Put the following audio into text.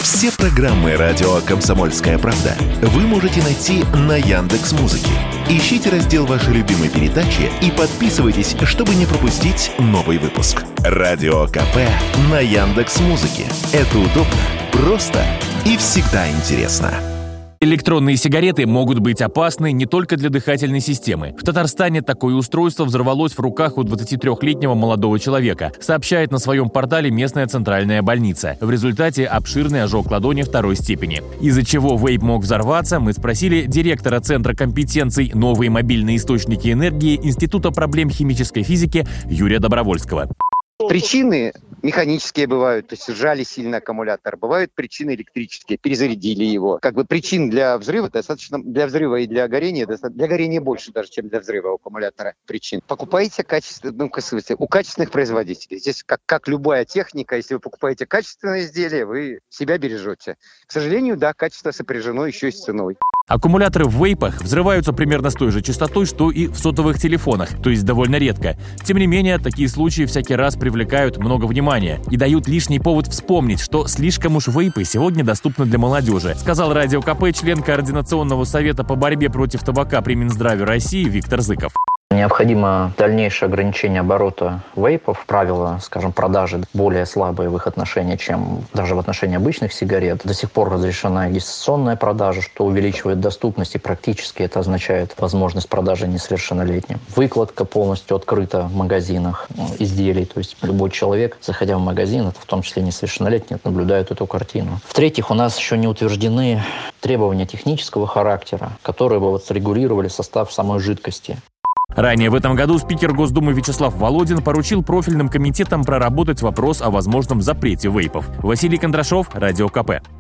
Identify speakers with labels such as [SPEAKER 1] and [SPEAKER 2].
[SPEAKER 1] Все программы радио «Комсомольская правда» вы можете найти на Яндекс.Музыке. Ищите раздел вашей любимой передачи и подписывайтесь, чтобы не пропустить новый выпуск. Радио КП на Яндекс.Музыке. Это удобно, просто и всегда интересно.
[SPEAKER 2] Электронные сигареты могут быть опасны не только для дыхательной системы. В Татарстане такое устройство взорвалось в руках у 23-летнего молодого человека, сообщает на своем портале местная центральная больница. В результате обширный ожог ладони второй степени. Из-за чего вейп мог взорваться, мы спросили директора Центра компетенций «Новые мобильные источники энергии» Института проблем химической физики Юрия Добровольского.
[SPEAKER 3] Причины механические бывают, то есть сжали сильно аккумулятор. Бывают причины электрические, перезарядили его. Причин для взрыва достаточно, для взрыва и для горения, для горения больше даже, чем для взрыва аккумулятора причин. Покупайте у качественных производителей. Здесь как любая техника, если вы покупаете качественное изделие, вы себя бережете. К сожалению, да, качество сопряжено еще и с ценой.
[SPEAKER 2] Аккумуляторы в вейпах взрываются примерно с той же частотой, что и в сотовых телефонах, то есть довольно редко. Тем не менее, такие случаи всякий раз привлекают много внимания и дают лишний повод вспомнить, что слишком уж вейпы сегодня доступны для молодежи, сказал Радио КП член Координационного совета по борьбе против табака при Минздраве России Виктор Зыков.
[SPEAKER 4] Необходимо дальнейшее ограничение оборота вейпов, правила, продажи более слабые в их отношении, чем даже в отношении обычных сигарет. До сих пор разрешена дистанционная продажа, что увеличивает доступность, и практически это означает возможность продажи несовершеннолетним. Выкладка полностью открыта в магазинах изделий, то есть любой человек, заходя в магазин, это в том числе несовершеннолетний, наблюдает эту картину. В-третьих, у нас еще не утверждены требования технического характера, которые бы регулировали состав самой жидкости.
[SPEAKER 2] Ранее в этом году спикер Госдумы Вячеслав Володин поручил профильным комитетам проработать вопрос о возможном запрете вейпов. Василий Кондрашов, Радио КП.